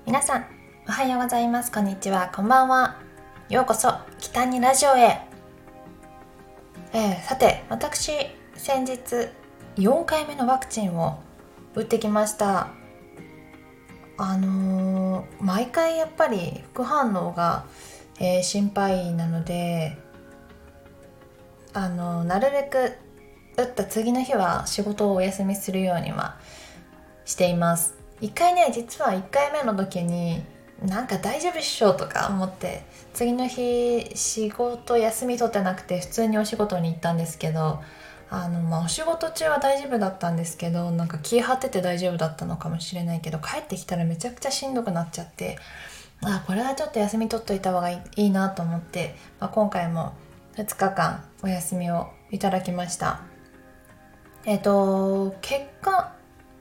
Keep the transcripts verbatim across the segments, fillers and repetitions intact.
皆さんおはようございます。こんにちは、こんばんは。ようこそ北にラジオへ。えー、さて私先日よんかいめのワクチンを打ってきました。あのー、毎回やっぱり副反応が、えー、心配なのであのー、なるべく打った次の日は仕事をお休みするようにはしています。一回ね、実はいっかいめの時になんか大丈夫っしょとか思って次の日仕事休み取ってなくて普通にお仕事に行ったんですけど、あの、まあ、お仕事中は大丈夫だったんですけど、なんか気張ってて大丈夫だったのかもしれないけど、帰ってきたらめちゃくちゃしんどくなっちゃって、あ、これはちょっと休み取っといた方がいい、いいなと思って、まあ、今回もふつかかんお休みをいただきました。えっと結果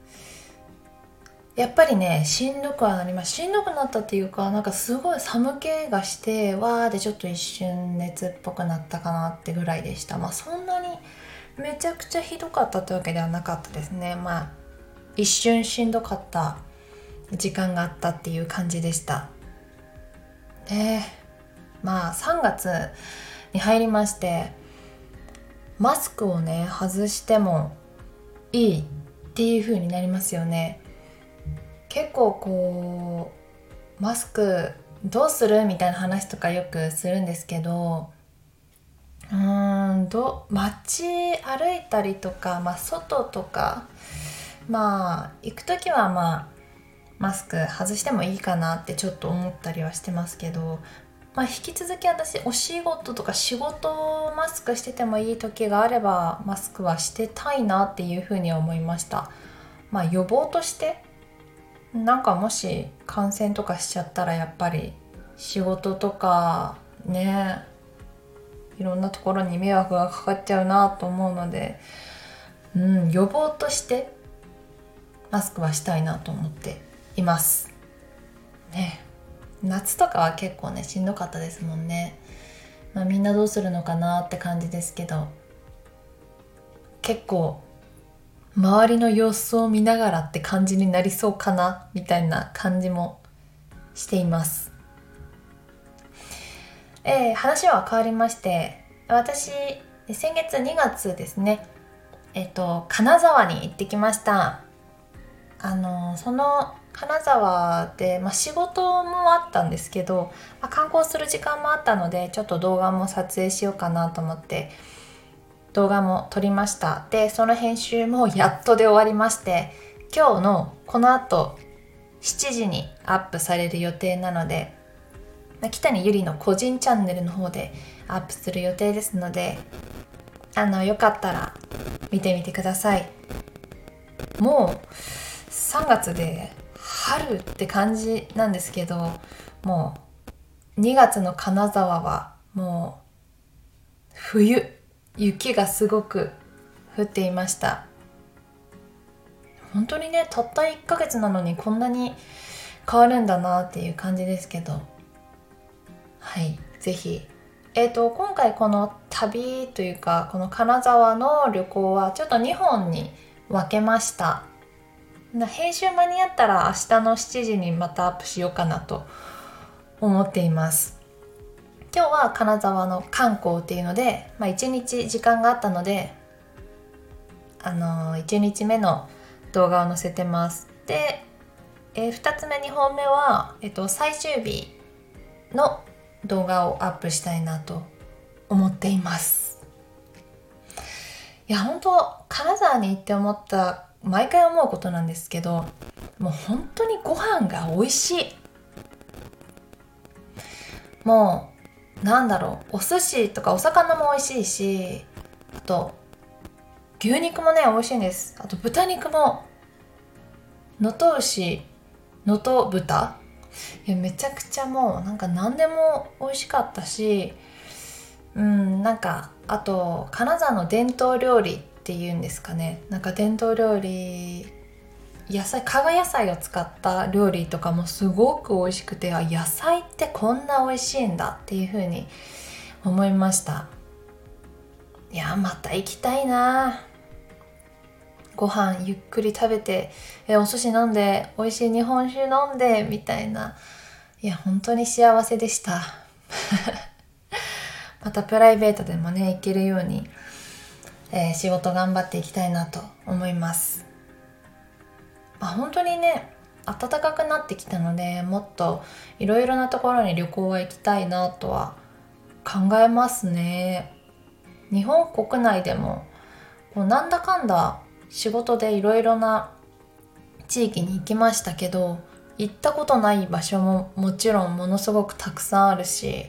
やっぱりね、しんどくはなります。しんどくなったっていうか、なんかすごい寒気がして、わーでちょっと一瞬熱っぽくなったかなってぐらいでした。まあそんなにめちゃくちゃひどかったってわけではなかったですね。まあ一瞬しんどかった時間があったっていう感じでした。えー、まあさんがつに入りまして、マスクをね外してもいいっていう風になりますよね。結構こうマスクどうするみたいな話とかよくするんですけど、うーんど街歩いたりとか、まあ、外とか、まあ行くときはまあマスク外してもいいかなってちょっと思ったりはしてますけど、まあ、引き続き私お仕事とか仕事マスクしててもいい時があればマスクはしてたいなっていうふうには思いました。まあ予防としてなんかもし感染とかしちゃったらやっぱり仕事とかね、いろんなところに迷惑がかかっちゃうなと思うので、うん、予防としてマスクはしたいなと思っていますね。夏とかは結構ねしんどかったですもんね。まあ、みんなどうするのかなって感じですけど、結構周りの様子を見ながらって感じになりそうかなみたいな感じもしています。えー、話は変わりまして、私先月にがつですね、えっと金沢に行ってきました。あのその金沢で、まあ、仕事もあったんですけど、まあ、観光する時間もあったのでちょっと動画も撮影しようかなと思って動画も撮りました。でその編集もやっとで終わりまして、今日のこの後しちじにアップされる予定なので、北にゆりの個人チャンネルの方でアップする予定ですので、あのよかったら見てみてください。もうさんがつで春って感じなんですけど、もうにがつの金沢はもう冬、雪がすごく降っていました。本当にね、たったいっかげつなのにこんなに変わるんだなっていう感じですけど、はい、ぜひえーと今回この旅というかこの金沢の旅行はちょっとにほんに分けました。編集間に合ったら明日のしちじにまたアップしようかなと思っています。今日は金沢の観光っていうので、まあ、いちにち時間があったので、あのー、いちにちめの動画を載せてます。で、えー、ふたつめにほんめは、えっと、最終日の動画をアップしたいなと思っています。いや本当金沢に行って思った毎回思うことなんですけど、もう本当にご飯が美味しい。もうなんだろう、お寿司とかお魚も美味しいし、あと牛肉もね美味しいんです。あと豚肉も能登牛、能登豚、いやめちゃくちゃもうなんか何でも美味しかったし、うんなんかあと金沢の伝統料理っていうんですかね、なんか伝統料理、野菜、加賀野菜を使った料理とかもすごく美味しくて、あ、野菜ってこんな美味しいんだっていう風に思いました。いやまた行きたいな。 ご飯ゆっくり食べて、えお寿司飲んで、美味しい日本酒飲んでみたいな、いや本当に幸せでしたまたプライベートでもね行けるように、えー、仕事頑張っていきたいなと思います。まあ、本当にね暖かくなってきたので、もっといろいろなところに旅行は行きたいなとは考えますね。日本国内でもこうなんだかんだ仕事でいろいろな地域に行きましたけど、行ったことない場所ももちろんものすごくたくさんあるし、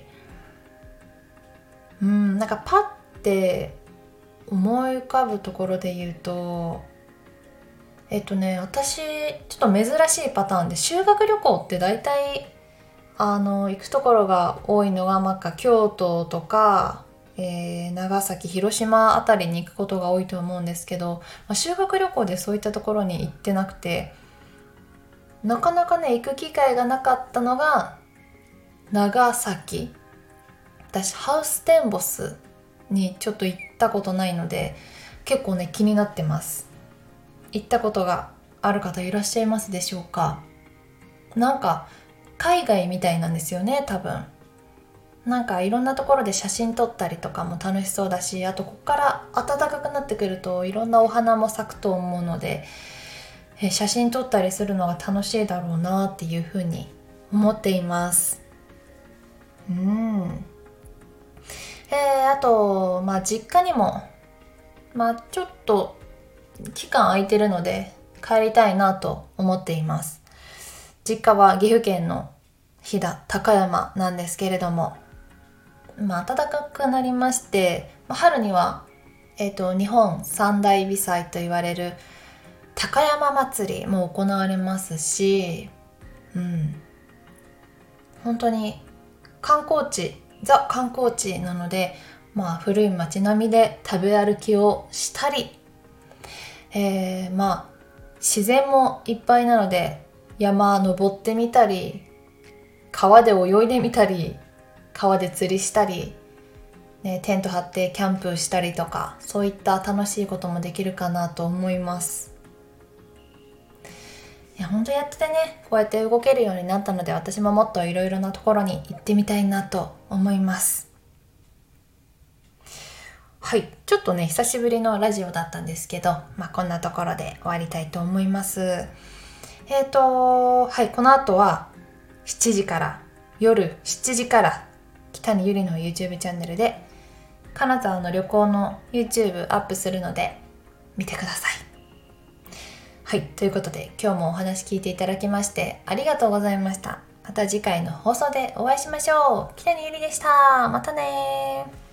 うんなんかパッて思い浮かぶところで言うと、えっとね私ちょっと珍しいパターンで、修学旅行って大体あの行くところが多いのが、まあ、京都とか、えー、長崎、広島あたりに行くことが多いと思うんですけど、まあ、修学旅行でそういったところに行ってなくて、なかなかね行く機会がなかったのが長崎。私ハウステンボスにちょっと行ったことないので、結構ね気になってます。行ったことがある方いらっしゃいますでしょうか？なんか海外みたいなんですよね、多分。なんかいろんなところで写真撮ったりとかも楽しそうだし、あとここから暖かくなってくるといろんなお花も咲くと思うので、え写真撮ったりするのが楽しいだろうなっていうふうに思っています。うんえー、あと、まあ、実家にも、まあ、ちょっと期間空いてるので帰りたいなと思っています。実家は岐阜県の飛騨高山なんですけれども、まあ、暖かくなりまして、春には、えーと、日本三大美祭と言われる高山祭りも行われますし、うん、本当に観光地、ザ観光地なので、まあ、古い街並みで食べ歩きをしたり、えー、まあ自然もいっぱいなので山登ってみたり、川で泳いでみたり、川で釣りしたり、ね、テント張ってキャンプしたりとか、そういった楽しいこともできるかなと思います。いや本当やっててね、こうやって動けるようになったので、私ももっといろいろなところに行ってみたいなと思います。はい、ちょっとね久しぶりのラジオだったんですけど、まあ、こんなところで終わりたいと思います。えーとはいこの後はしちじから夜しちじから北にゆりの YouTube チャンネルで金沢の旅行の YouTube アップするので見てください。はいということで、今日もお話聞いていただきましてありがとうございました。また次回の放送でお会いしましょう。北にゆりでした。またね。